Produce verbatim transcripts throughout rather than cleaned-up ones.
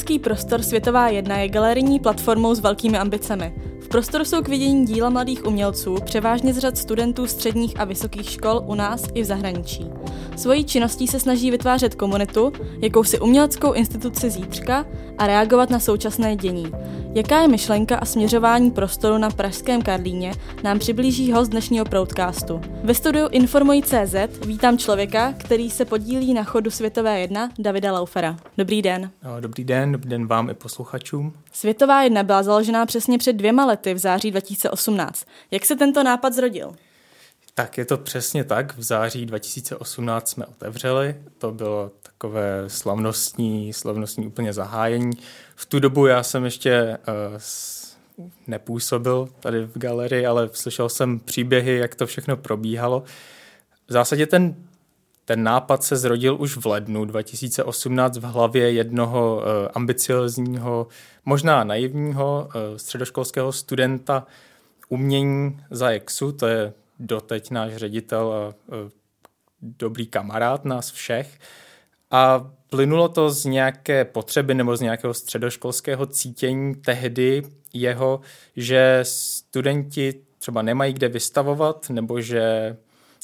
Umělecký prostor Světová jedna je galerijní platformou s velkými ambicemi. V prostoru jsou k vidění díla mladých umělců, převážně z řad studentů středních a vysokých škol u nás i v zahraničí. Svojí činností se snaží vytvářet komunitu, jakousi uměleckou instituci zítřka a reagovat na současné dění. Jaká je myšlenka a směřování prostoru na pražském Karlíně, nám přiblíží host dnešního Proudcastu. Ve studiu Informuj tečka cé zet vítám člověka, který se podílí na chodu Světové jedna, Davida Laufera. Dobrý den. Dobrý den, dobrý den vám i posluchačům. Světová jedna byla založena přesně před dvěma lety v září dva tisíce osmnáct. Jak se tento nápad zrodil? Tak je to přesně tak. V září dva tisíce osmnáct jsme otevřeli. To bylo takové slavnostní, slavnostní úplně zahájení. V tu dobu já jsem ještě uh, nepůsobil tady v galerii, ale slyšel jsem příběhy, jak to všechno probíhalo. V zásadě ten, ten nápad se zrodil už v lednu dva tisíce osmnáct v hlavě jednoho uh, ambiciozního, možná naivního uh, středoškolského studenta umění Zajexu, to je doteď náš ředitel a dobrý kamarád nás všech. A plynulo to z nějaké potřeby nebo z nějakého středoškolského cítění tehdy jeho, že studenti třeba nemají kde vystavovat nebo že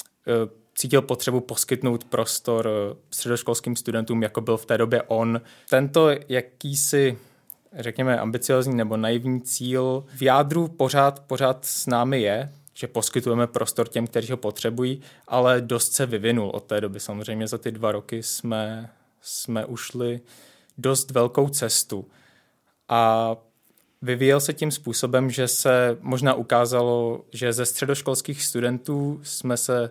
cítil potřebu poskytnout prostor středoškolským studentům, jako byl v té době on. Tento jakýsi, řekněme, ambiciozní nebo naivní cíl v jádru pořád, pořád s námi je, že poskytujeme prostor těm, kteří ho potřebují, ale dost se vyvinul od té doby. Samozřejmě za ty dva roky jsme, jsme ušli dost velkou cestu. A vyvíjel se tím způsobem, že se možná ukázalo, že ze středoškolských studentů jsme se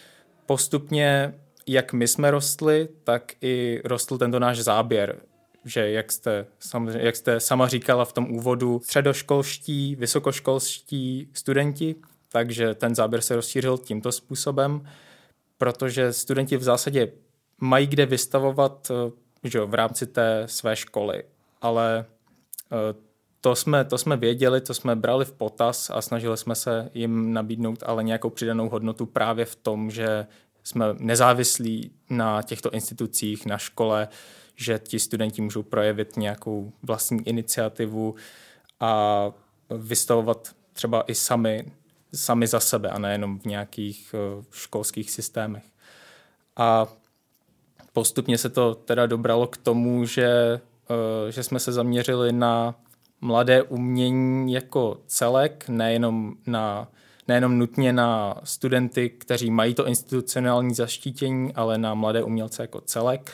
postupně, jak my jsme rostli, tak i rostl tento náš záběr. Že jak jste, samozřejmě, jak jste sama říkala v tom úvodu, středoškolští, vysokoškolští studenti, takže ten záběr se rozšířil tímto způsobem, protože studenti v zásadě mají kde vystavovat, že jo, v rámci té své školy, ale to jsme, to jsme věděli, to jsme brali v potaz a snažili jsme se jim nabídnout ale nějakou přidanou hodnotu právě v tom, že jsme nezávislí na těchto institucích, na škole, že ti studenti můžou projevit nějakou vlastní iniciativu a vystavovat třeba i sami, sami za sebe a nejenom v nějakých školských systémech. A postupně se to teda dobralo k tomu, že, že jsme se zaměřili na mladé umění jako celek, nejenom, na, nejenom nutně na studenty, kteří mají to institucionální zaštítění, ale na mladé umělce jako celek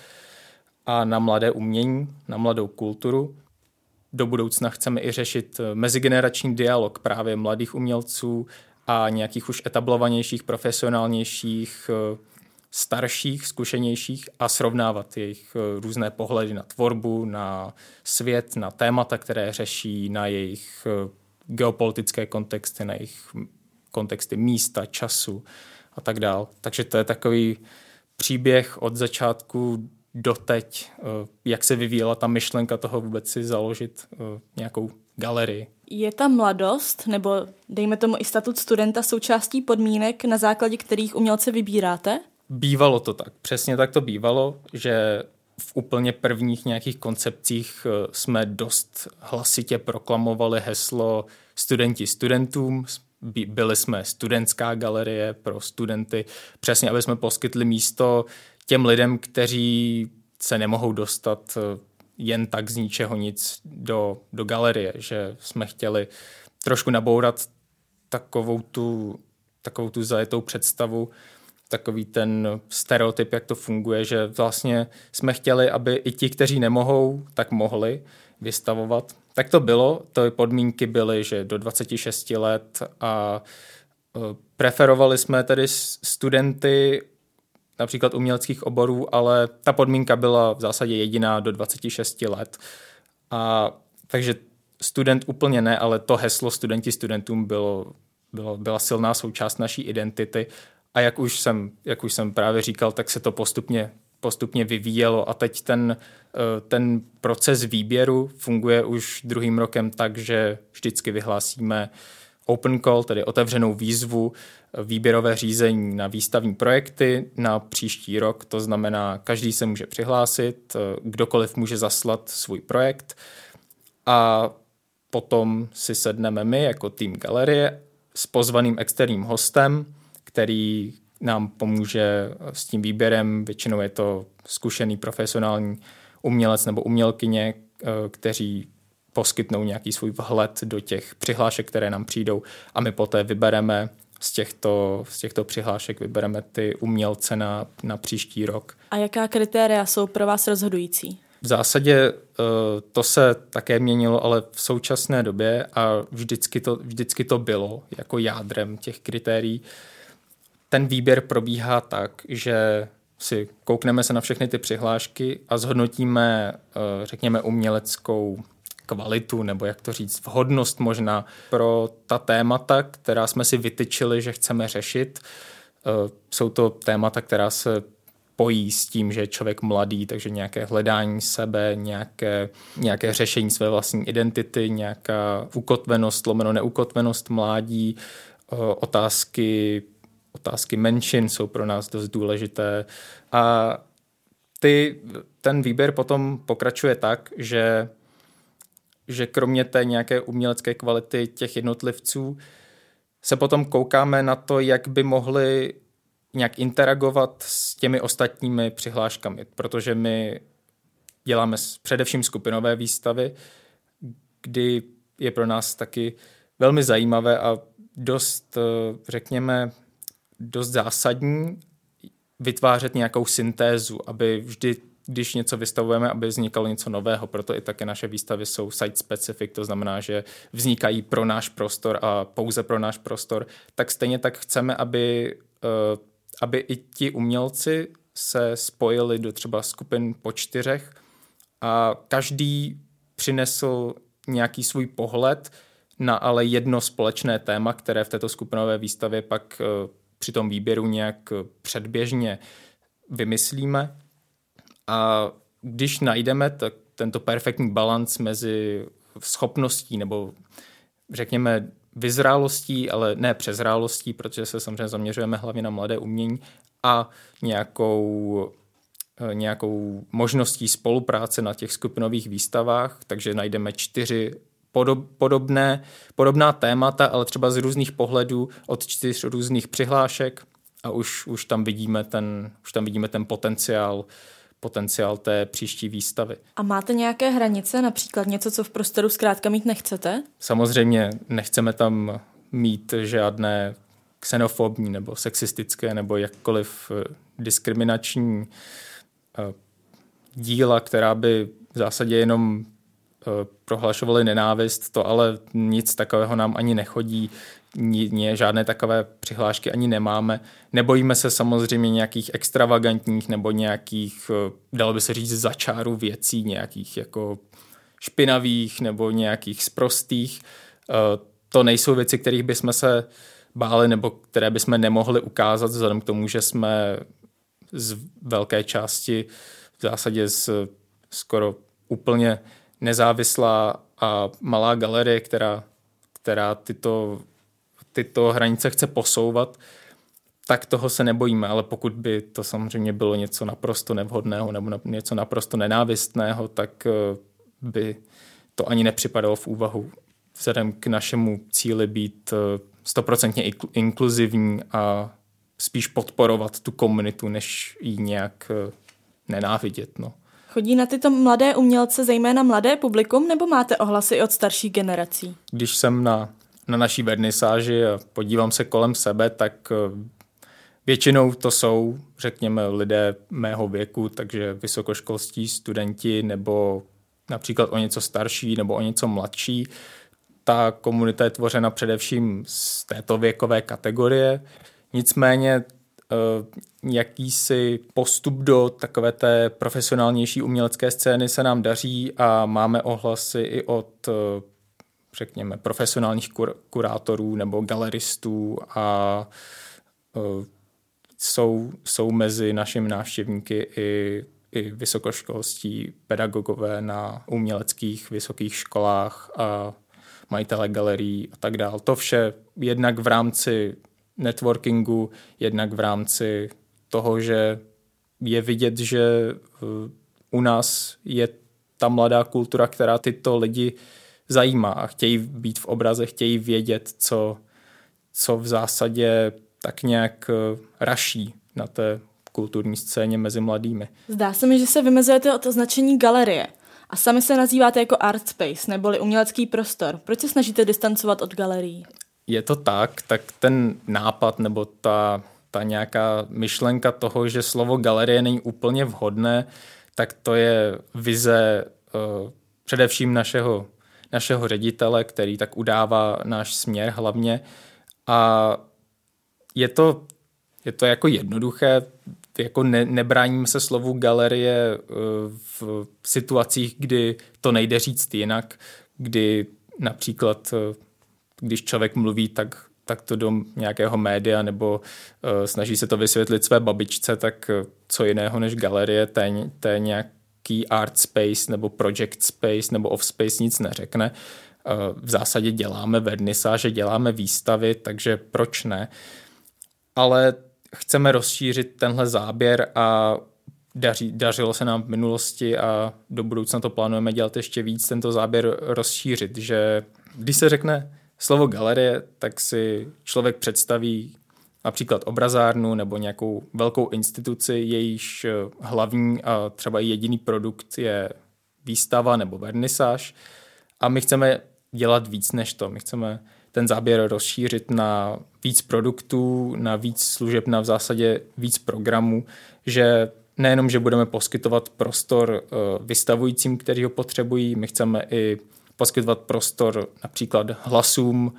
a na mladé umění, na mladou kulturu. Do budoucna chceme i řešit mezigenerační dialog právě mladých umělců a nějakých už etablovanějších, profesionálnějších, starších, zkušenějších a srovnávat jejich různé pohledy na tvorbu, na svět, na témata, které řeší, na jejich geopolitické kontexty, na jejich kontexty místa, času a tak dál. Takže to je takový příběh od začátku doteď, jak se vyvíjela ta myšlenka toho vůbec si založit nějakou galerii. Je ta mladost, nebo dejme tomu i statut studenta, součástí podmínek, na základě kterých umělce vybíráte? Bývalo to tak. Přesně tak to bývalo, že v úplně prvních nějakých koncepcích jsme dost hlasitě proklamovali heslo studenti studentům. Byli jsme studentská galerie pro studenty, přesně aby jsme poskytli místo těm lidem, kteří se nemohou dostat jen tak z ničeho nic do, do galerie, že jsme chtěli trošku nabourat takovou tu, takovou tu zajetou představu, takový ten stereotyp, jak to funguje, že vlastně jsme chtěli, aby i ti, kteří nemohou, tak mohli vystavovat. Tak to bylo, ty podmínky byly, že do dvaceti šesti let a preferovali jsme tedy studenty například uměleckých oborů, ale ta podmínka byla v zásadě jediná do dvaceti šesti let. A takže student úplně ne, ale to heslo studenti studentům bylo, bylo, byla silná součást naší identity. A jak už jsem, jak už jsem právě říkal, tak se to postupně, postupně vyvíjelo a teď ten, ten proces výběru funguje už druhým rokem tak, že vždycky vyhlásíme open call, tedy otevřenou výzvu, výběrové řízení na výstavní projekty na příští rok. To znamená, každý se může přihlásit, kdokoliv může zaslat svůj projekt a potom si sedneme my jako tým galerie s pozvaným externím hostem, který nám pomůže s tím výběrem. Většinou je to zkušený profesionální umělec nebo umělkyně, kteří poskytnou nějaký svůj vhled do těch přihlášek, které nám přijdou a my poté vybereme z těchto, z těchto přihlášek vybereme ty umělce na, na příští rok. A jaká kritéria jsou pro vás rozhodující? V zásadě to se také měnilo, ale v současné době a vždycky to, vždycky to bylo jako jádrem těch kritérií. Ten výběr probíhá tak, že si koukneme se na všechny ty přihlášky a zhodnotíme, řekněme, uměleckou kvalitu, nebo jak to říct, vhodnost možná pro ta témata, která jsme si vytyčili, že chceme řešit. Jsou to témata, která se pojí s tím, že je člověk mladý, takže nějaké hledání sebe, nějaké, nějaké řešení své vlastní identity, nějaká ukotvenost, lomeno neukotvenost mládí, otázky, otázky menšin jsou pro nás dost důležité. A ty, ten výběr potom pokračuje tak, že že kromě té nějaké umělecké kvality těch jednotlivců se potom koukáme na to, jak by mohli nějak interagovat s těmi ostatními přihláškami, protože my děláme především skupinové výstavy, kdy je pro nás taky velmi zajímavé a dost, řekněme, dost zásadní vytvářet nějakou syntézu, aby vždy, když něco vystavujeme, aby vznikalo něco nového. Proto i také naše výstavy jsou site-specific, to znamená, že vznikají pro náš prostor a pouze pro náš prostor. Tak stejně tak chceme, aby, aby i ti umělci se spojili do třeba skupin po čtyřech a každý přinesl nějaký svůj pohled na ale jedno společné téma, které v této skupinové výstavě pak při tom výběru nějak předběžně vymyslíme. A když najdeme tak tento perfektní balanc mezi schopností nebo řekněme vyzrálostí, ale ne přezrálostí, protože se samozřejmě zaměřujeme hlavně na mladé umění a nějakou, nějakou možností spolupráce na těch skupinových výstavách, takže najdeme čtyři podob, podobné, podobná témata, ale třeba z různých pohledů od čtyř různých přihlášek a už, už tam vidíme ten, už tam vidíme ten potenciál potenciál té příští výstavy. A máte nějaké hranice, například něco, co v prostoru zkrátka mít nechcete? Samozřejmě nechceme tam mít žádné xenofobní nebo sexistické nebo jakkoliv diskriminační díla, která by v zásadě jenom prohlašovaly nenávist, to ale nic takového nám ani nechodí, ní, žádné takové přihlášky ani nemáme. Nebojíme se samozřejmě nějakých extravagantních nebo nějakých, dalo by se říct, začáru věcí, nějakých jako špinavých nebo nějakých sprostých. To nejsou věci, kterých bychom se báli nebo které bychom nemohli ukázat vzhledem k tomu, že jsme z velké části v zásadě z skoro úplně nezávislá a malá galerie, která, která tyto, tyto hranice chce posouvat, tak toho se nebojíme, ale pokud by to samozřejmě bylo něco naprosto nevhodného nebo něco naprosto nenávistného, tak by to ani nepřipadalo v úvahu vzhledem k našemu cíli být stoprocentně inkluzivní a spíš podporovat tu komunitu, než ji nějak nenávidět. No. Chodí na tyto mladé umělce zejména mladé publikum, nebo máte ohlasy i od starších generací? Když jsem na, na naší vernisáži a podívám se kolem sebe, tak většinou to jsou, řekněme, lidé mého věku, takže vysokoškolští studenti nebo například o něco starší nebo o něco mladší. Ta komunita je tvořena především z této věkové kategorie. Nicméně jakýsi postup do takové té profesionálnější umělecké scény se nám daří a máme ohlasy i od, řekněme, profesionálních kur- kurátorů nebo galeristů a jsou, jsou mezi našimi návštěvníky i, i vysokoškolští pedagogové na uměleckých vysokých školách a majitele galerií a tak dále. To vše jednak v rámci networkingu, jednak v rámci toho, že je vidět, že u nás je ta mladá kultura, která tyto lidi zajímá a chtějí být v obraze, chtějí vědět, co, co v zásadě tak nějak raší na té kulturní scéně mezi mladými. Zdá se mi, že se vymezujete od označení galerie a sami se nazýváte jako art space, neboli umělecký prostor. Proč se snažíte distancovat od galerií? Je to tak, tak ten nápad nebo ta, ta nějaká myšlenka toho, že slovo galerie není úplně vhodné, tak to je vize uh, především našeho, našeho ředitele, který tak udává náš směr hlavně. A je to, je to jako jednoduché, jako ne, nebráním se slovu galerie uh, v situacích, kdy to nejde říct jinak, kdy například, uh, když člověk mluví, tak tak to do nějakého média nebo uh, snaží se to vysvětlit své babičce, tak uh, co jiného než galerie, to je, to je nějaký art space nebo project space nebo off space nic neřekne. Uh, v zásadě děláme vernisáže, děláme výstavy, takže proč ne? Ale chceme rozšířit tenhle záběr a daří, dařilo se nám v minulosti a do budoucna to plánujeme dělat ještě víc, tento záběr rozšířit, že když se řekne slovo galerie, tak si člověk představí například obrazárnu nebo nějakou velkou instituci, jejíž hlavní a třeba jediný produkt je výstava nebo vernisáž. A my chceme dělat víc než to. My chceme ten záběr rozšířit na víc produktů, na víc služeb, na v zásadě víc programů, že nejenom, že budeme poskytovat prostor vystavujícím, kteří ho potřebují, my chceme i poskytovat prostor například hlasům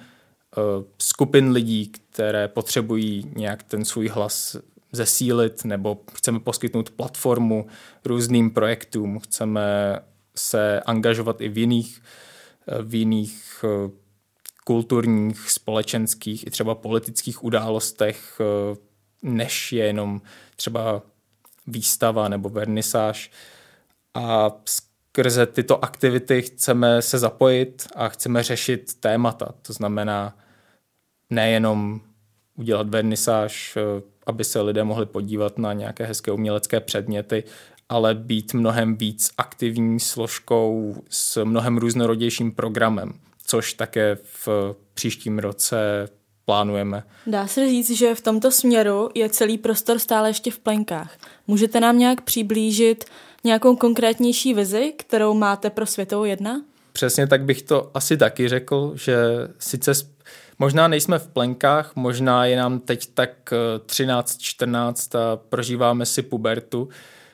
skupin lidí, které potřebují nějak ten svůj hlas zesílit, nebo chceme poskytnout platformu různým projektům, chceme se angažovat i v jiných, v jiných kulturních, společenských i třeba politických událostech, než je jenom třeba výstava nebo vernisáž. A skrze tyto aktivity chceme se zapojit a chceme řešit témata. To znamená nejenom udělat vernisáž, aby se lidé mohli podívat na nějaké hezké umělecké předměty, ale být mnohem víc aktivní složkou s mnohem různorodějším programem, což také v příštím roce plánujeme. Dá se říct, že v tomto směru je celý prostor stále ještě v plenkách. Můžete nám nějak přiblížit nějakou konkrétnější vizi, kterou máte pro Světovou jedna? Přesně tak bych to asi taky řekl, že sice možná nejsme v plenkách, možná je nám teď tak třináct čtrnáct a prožíváme si pubertu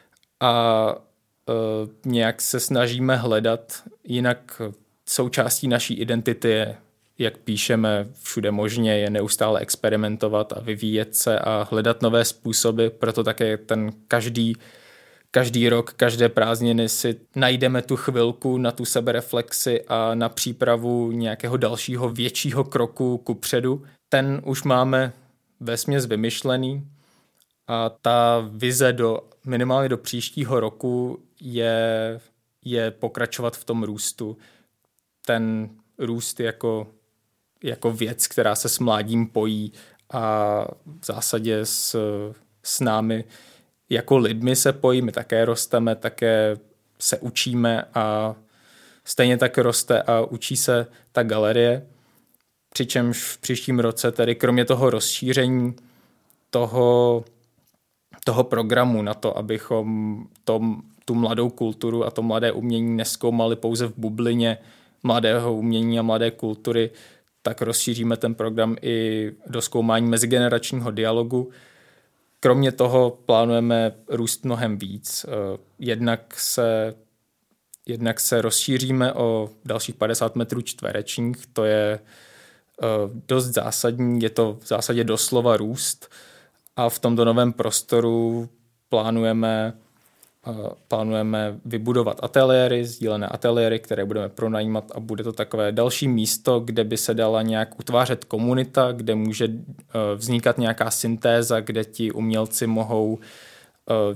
a uh, nějak se snažíme hledat, jinak součástí naší identity je, jak píšeme všude možně, je neustále experimentovat a vyvíjet se a hledat nové způsoby, proto také ten každý Každý rok, každé prázdniny si najdeme tu chvilku na tu sebereflexi a na přípravu nějakého dalšího většího kroku kupředu. Ten už máme vesměs vymyšlený a ta vize do, minimálně do příštího roku je, je pokračovat v tom růstu. Ten růst jako, jako věc, která se s mládím pojí a v zásadě s, s námi jako lidmi se pojí, my také rosteme, také se učíme a stejně tak roste a učí se ta galerie. Přičemž v příštím roce tedy kromě toho rozšíření toho, toho programu na to, abychom tom, tu mladou kulturu a to mladé umění nezkoumali pouze v bublině mladého umění a mladé kultury, tak rozšíříme ten program i do zkoumání mezigeneračního dialogu. Kromě toho plánujeme růst mnohem víc. Jednak se, jednak se rozšíříme o dalších padesát metrů čtverečních, to je dost zásadní, je to v zásadě doslova růst a v tomto novém prostoru plánujeme, plánujeme vybudovat ateliéry, sdílené ateliéry, které budeme pronajímat a bude to takové další místo, kde by se dala nějak utvářet komunita, kde může vznikat nějaká syntéza, kde ti umělci mohou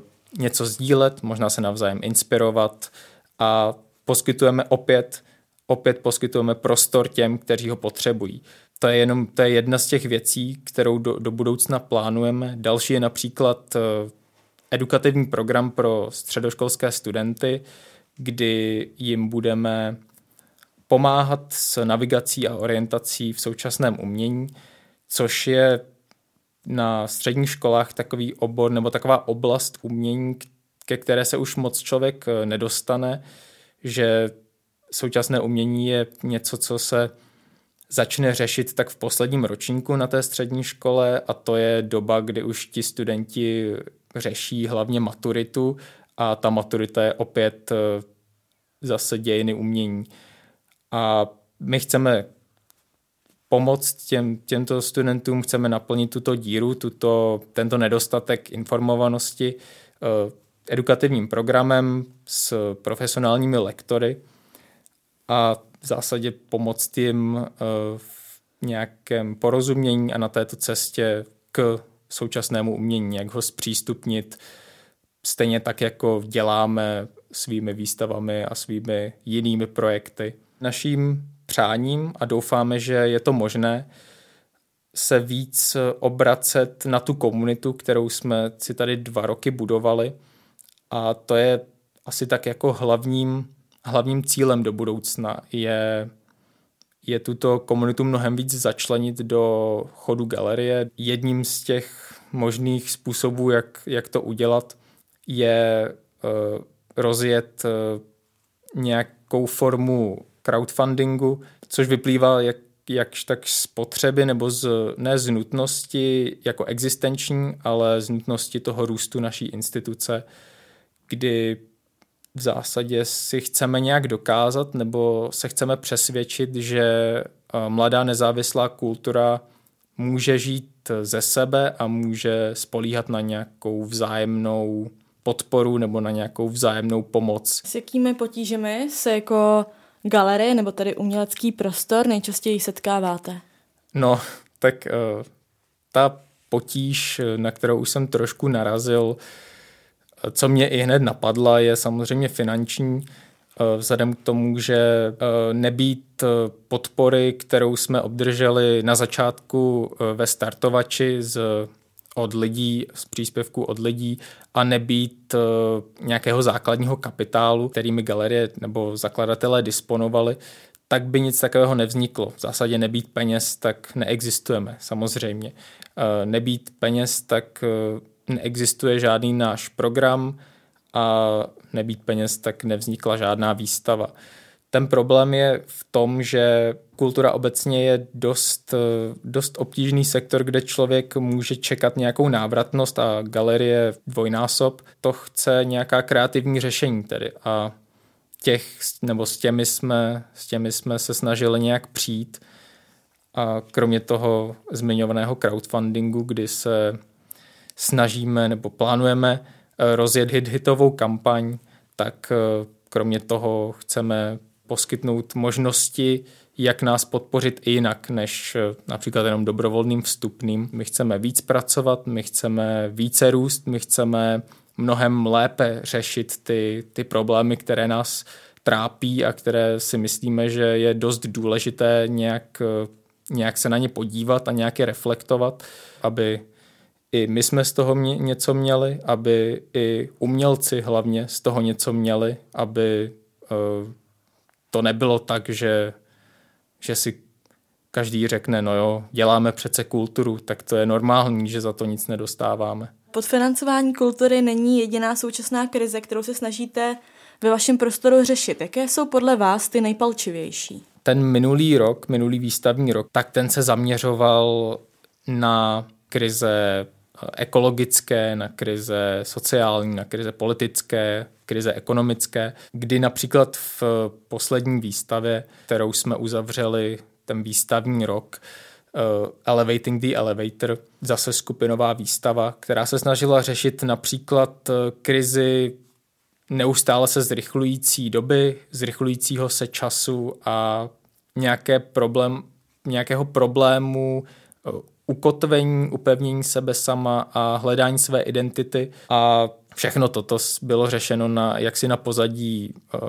něco sdílet, možná se navzájem inspirovat a poskytujeme opět, opět poskytujeme prostor těm, kteří ho potřebují. To je jenom to je jedna z těch věcí, kterou do, do budoucna plánujeme. Další je například edukativní program pro středoškolské studenty, kdy jim budeme pomáhat s navigací a orientací v současném umění, což je na středních školách takový obor nebo taková oblast umění, ke které se už moc člověk nedostane, že současné umění je něco, co se začne řešit tak v posledním ročníku na té střední škole, a to je doba, kdy už ti studenti řeší hlavně maturitu a ta maturita je opět zase dějiny umění. A my chceme pomoct těm, těmto studentům, chceme naplnit tuto díru, tuto, tento nedostatek informovanosti edukativním programem s profesionálními lektory a v zásadě pomoct jim v nějakém porozumění a na této cestě k současnému umění, jak ho zpřístupnit stejně tak, jako děláme svými výstavami a svými jinými projekty. Naším přáním, a doufáme, že je to možné, se víc obracet na tu komunitu, kterou jsme si tady dva roky budovali, a to je asi tak jako hlavním, hlavním cílem do budoucna je, je tuto komunitu mnohem víc začlenit do chodu galerie. Jedním z těch možných způsobů, jak, jak to udělat, je uh, rozjet uh, nějakou formu crowdfundingu, což vyplývá jak, jakž tak z potřeby nebo z, ne z nutnosti jako existenční, ale z nutnosti toho růstu naší instituce, kdy v zásadě si chceme nějak dokázat nebo se chceme přesvědčit, že mladá nezávislá kultura může žít ze sebe a může spolíhat na nějakou vzájemnou podporu nebo na nějakou vzájemnou pomoc. S jakými potížemi se jako galerie nebo tady umělecký prostor nejčastěji setkáváte? No, tak uh, ta potíž, na kterou už jsem trošku narazil, co mě i hned napadla, je samozřejmě finanční, vzhledem k tomu, že nebýt podpory, kterou jsme obdrželi na začátku ve startovači z, od lidí, z příspěvků od lidí, a nebýt nějakého základního kapitálu, kterými galerie nebo zakladatelé disponovali, tak by nic takového nevzniklo. V zásadě nebýt peněz, tak neexistujeme, samozřejmě. Nebýt peněz, tak neexistuje žádný náš program, a nebýt peněz, tak nevznikla žádná výstava. Ten problém je v tom, že kultura obecně je dost, dost obtížný sektor, kde člověk může čekat nějakou návratnost, a galerie dvojnásob. To chce nějaká kreativní řešení tedy, a těch, nebo s těmi jsme, s těmi jsme se snažili nějak přijít. A kromě toho zmiňovaného crowdfundingu, kdy se snažíme nebo plánujeme rozjet hit hitovou kampaň, tak kromě toho chceme poskytnout možnosti, jak nás podpořit i jinak, než například jenom dobrovolným vstupným. My chceme víc pracovat, my chceme více růst, my chceme mnohem lépe řešit ty, ty problémy, které nás trápí a které si myslíme, že je dost důležité nějak, nějak se na ně podívat a nějak je reflektovat, aby i my jsme z toho mě, něco měli, aby i umělci hlavně z toho něco měli, aby uh, to nebylo tak, že, že si každý řekne, no jo, děláme přece kulturu, tak to je normální, že za to nic nedostáváme. Podfinancování kultury není jediná současná krize, kterou se snažíte ve vašem prostoru řešit. Jaké jsou podle vás ty nejpalčivější? Ten minulý rok, minulý výstavní rok, tak ten se zaměřoval na krize ekologické, na krize sociální, na krize politické, krize ekonomické, kdy například v poslední výstavě, kterou jsme uzavřeli ten výstavní rok, uh, Elevating the Elevator, zase skupinová výstava, která se snažila řešit například krizi neustále se zrychlující doby, zrychlujícího se času a nějaké problém, nějakého problému uh, ukotvení, upevnění sebe sama a hledání své identity. A všechno toto bylo řešeno na, jaksi na pozadí uh,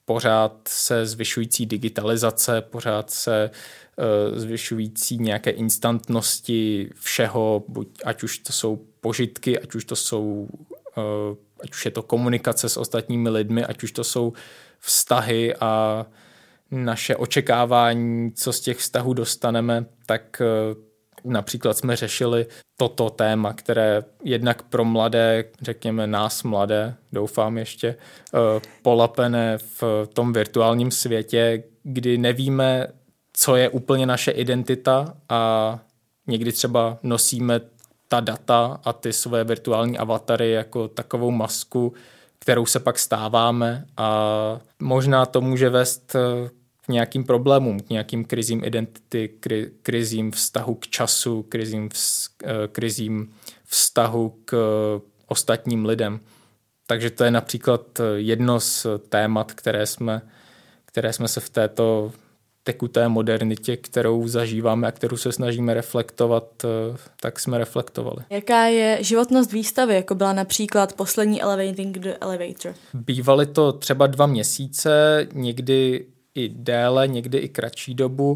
pořád se zvyšující digitalizace, pořád se uh, zvyšující nějaké instantnosti všeho, buď, ať už to jsou požitky, ať už to jsou, uh, ať už je to komunikace s ostatními lidmi, ať už to jsou vztahy a naše očekávání, co z těch vztahů dostaneme, tak uh, například jsme řešili toto téma, které jednak pro mladé, řekněme nás mladé, doufám ještě, polapené v tom virtuálním světě, kdy nevíme, co je úplně naše identita a někdy třeba nosíme ta data a ty své virtuální avatary jako takovou masku, kterou se pak stáváme a možná to může vést k nějakým problémům, k nějakým krizím identity, kri, krizím vztahu k času, krizím, vz, krizím vztahu k ostatním lidem. Takže to je například jedno z témat, které jsme, které jsme se v této tekuté modernitě, kterou zažíváme a kterou se snažíme reflektovat, tak jsme reflektovali. Jaká je životnost výstavy, jako byla například poslední Elevating the Elevator? Bývaly to třeba dva měsíce, někdy i déle, někdy i kratší dobu.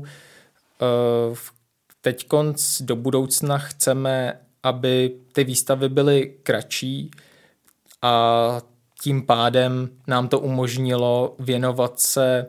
Teďkonc do budoucna chceme, aby ty výstavy byly kratší a tím pádem nám to umožnilo věnovat se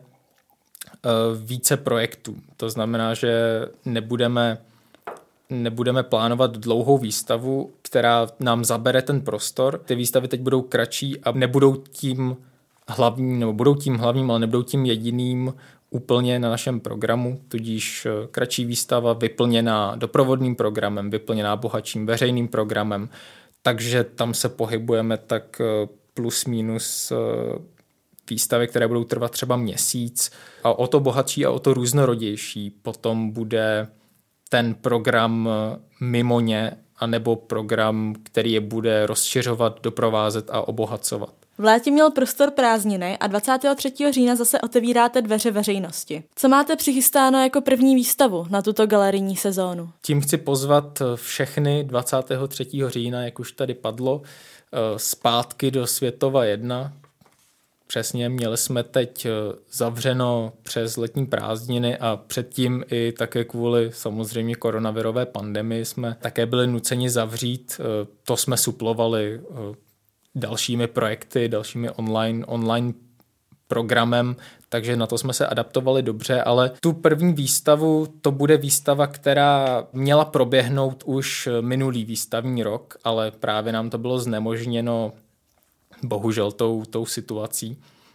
více projektů. To znamená, že nebudeme, nebudeme plánovat dlouhou výstavu, která nám zabere ten prostor. Ty výstavy teď budou kratší a nebudou tím hlavním, nebo budou tím hlavním, ale nebudou tím jediným úplně na našem programu, tudíž kratší výstava vyplněná doprovodným programem, vyplněná bohatším veřejným programem, takže tam se pohybujeme tak plus minus výstavy, které budou trvat třeba měsíc a o to bohatší a o to různorodější potom bude ten program mimo ně, anebo program, který je bude rozšiřovat, doprovázet a obohacovat. V létě měl prostor prázdniny a dvacátého třetího října zase otevíráte dveře veřejnosti. Co máte přichystáno jako první výstavu na tuto galerijní sezónu? Tím chci pozvat všechny dvacátého třetího října, jak už tady padlo, zpátky do Světova jedna. Přesně, měli jsme teď zavřeno přes letní prázdniny a předtím i také kvůli samozřejmě koronavirové pandemii jsme také byli nuceni zavřít. To jsme suplovali dalšími projekty, dalšími online, online programem, takže na to jsme se adaptovali dobře, ale tu první výstavu, to bude výstava, která měla proběhnout už minulý výstavní rok, ale právě nám to bylo znemožněno bohužel tou, tou situací.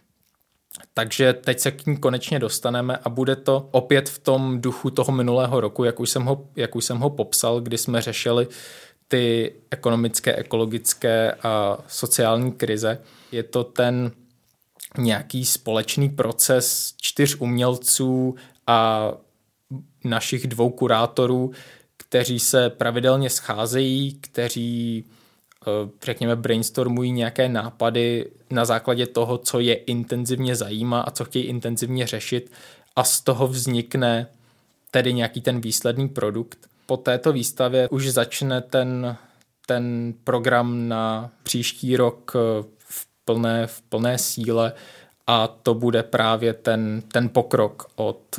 Takže teď se k ní konečně dostaneme a bude to opět v tom duchu toho minulého roku, jak už jsem ho, jak už jsem ho popsal, kdy jsme řešili ty ekonomické, ekologické a sociální krize. Je to ten nějaký společný proces čtyř umělců a našich dvou kurátorů, kteří se pravidelně scházejí, kteří, řekněme, brainstormují nějaké nápady na základě toho, co je intenzivně zajímá a co chtějí intenzivně řešit a z toho vznikne tedy nějaký ten výsledný produkt. Po této výstavě už začne ten, ten program na příští rok v plné, v plné síle a to bude právě ten, ten pokrok od,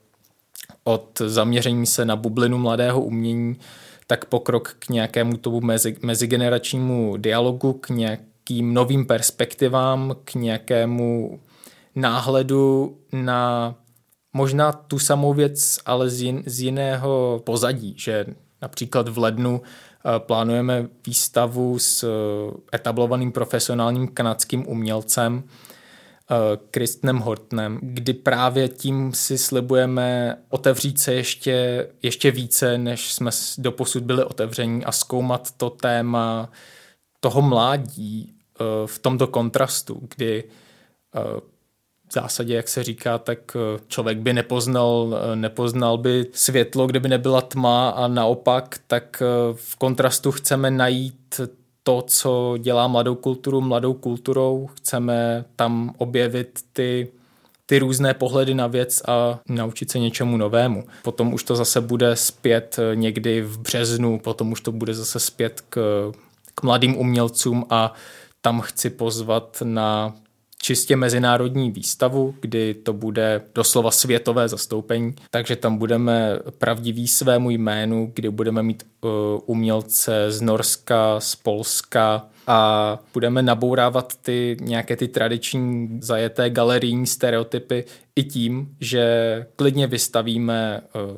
od zaměření se na bublinu mladého umění, tak pokrok k nějakému tomu mezi, mezigeneračnímu dialogu, k nějakým novým perspektivám, k nějakému náhledu na možná tu samou věc, ale z, jin, z jiného pozadí, že například v lednu uh, plánujeme výstavu s uh, etablovaným profesionálním kanadským umělcem uh, Kristnem Hortnem, kdy právě tím si slibujeme otevřít se ještě, ještě více, než jsme doposud byli otevření a zkoumat to téma toho mládí uh, v tomto kontrastu, kdy uh, v zásadě, jak se říká, tak člověk by nepoznal, nepoznal by světlo, kdyby nebyla tma a naopak, tak v kontrastu chceme najít to, co dělá mladou kulturu mladou kulturou. Chceme tam objevit ty, ty různé pohledy na věc a naučit se něčemu novému. Potom už to zase bude zpět někdy v březnu, potom už to bude zase zpět k, k mladým umělcům a tam chci pozvat na čistě mezinárodní výstavu, kdy to bude doslova světové zastoupení, takže tam budeme pravdiví svému jménu, kdy budeme mít uh, umělce z Norska, z Polska a budeme nabourávat ty nějaké ty tradiční zajeté galerijní stereotypy i tím, že klidně vystavíme uh,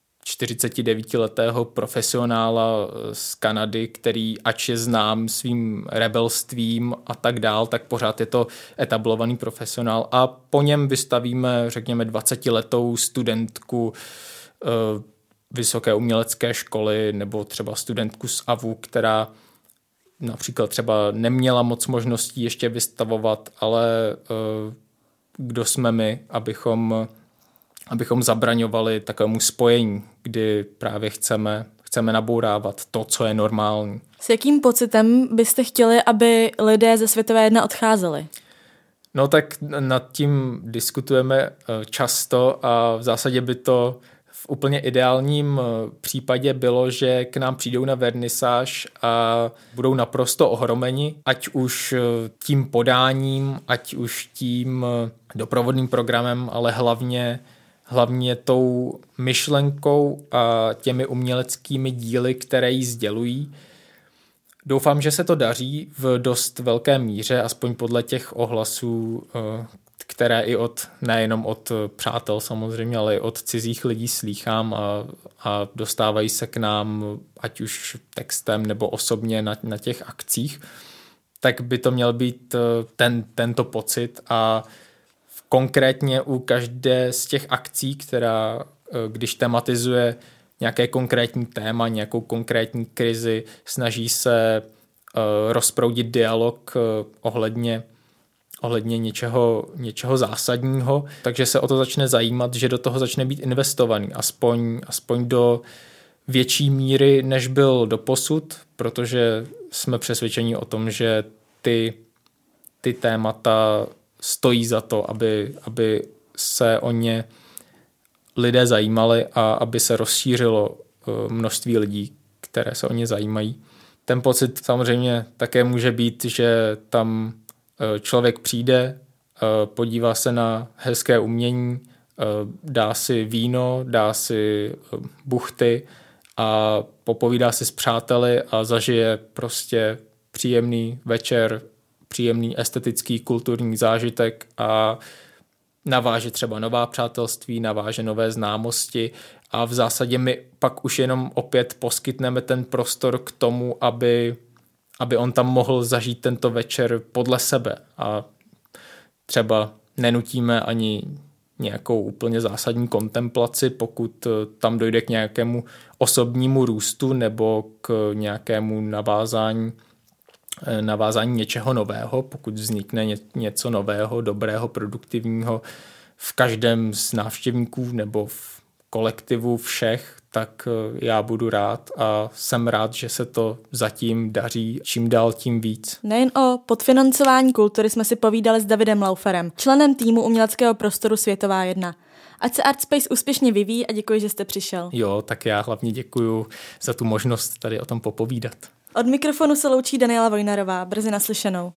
čtyřicetidevítiletého profesionála z Kanady, který ač je znám svým rebelstvím a tak dál, tak pořád je to etablovaný profesionál a po něm vystavíme, řekněme, dvacetiletou studentku eh, vysoké umělecké školy nebo třeba studentku z A V U, která například třeba neměla moc možností ještě vystavovat, ale eh, kdo jsme my, abychom abychom zabraňovali takovému spojení, kdy právě chceme, chceme nabourávat to, co je normální. S jakým pocitem byste chtěli, aby lidé ze Světové jedna odcházeli? No tak nad tím diskutujeme často a v zásadě by to v úplně ideálním případě bylo, že k nám přijdou na vernisáž a budou naprosto ohromeni, ať už tím podáním, ať už tím doprovodným programem, ale hlavně hlavně tou myšlenkou a těmi uměleckými díly, které jí sdělují. Doufám, že se to daří v dost velké míře, aspoň podle těch ohlasů, které i od, nejenom od přátel samozřejmě, ale i od cizích lidí slýchám a, a dostávají se k nám, ať už textem nebo osobně na, na těch akcích, tak by to měl být ten, tento pocit a konkrétně u každé z těch akcí, která, když tematizuje nějaké konkrétní téma, nějakou konkrétní krizi, snaží se rozproudit dialog ohledně, ohledně něčeho, něčeho zásadního, takže se o to začne zajímat, že do toho začne být investovaný, aspoň, aspoň do větší míry, než byl doposud, protože jsme přesvědčeni o tom, že ty, ty témata stojí za to, aby, aby se o ně lidé zajímali a aby se rozšířilo množství lidí, které se o ně zajímají. Ten pocit samozřejmě také může být, že tam člověk přijde, podívá se na hezké umění, dá si víno, dá si buchty a popovídá si s přáteli a zažije prostě příjemný večer, příjemný estetický kulturní zážitek a naváže třeba nová přátelství, naváže nové známosti a v zásadě my pak už jenom opět poskytneme ten prostor k tomu, aby, aby on tam mohl zažít tento večer podle sebe a třeba nenutíme ani nějakou úplně zásadní kontemplaci, pokud tam dojde k nějakému osobnímu růstu nebo k nějakému navázání navázání něčeho nového, pokud vznikne něco nového, dobrého, produktivního v každém z návštěvníků nebo v kolektivu všech, tak já budu rád a jsem rád, že se to zatím daří čím dál tím víc. Nejen o podfinancování kultury jsme si povídali s Davidem Lauferem, členem týmu uměleckého prostoru Světová jedna. Ať se Artspace úspěšně vyvíjí a děkuji, že jste přišel. Jo, tak já hlavně děkuju za tu možnost tady o tom popovídat. Od mikrofonu se loučí Daniela Vojnarová. Brzy naslyšenou.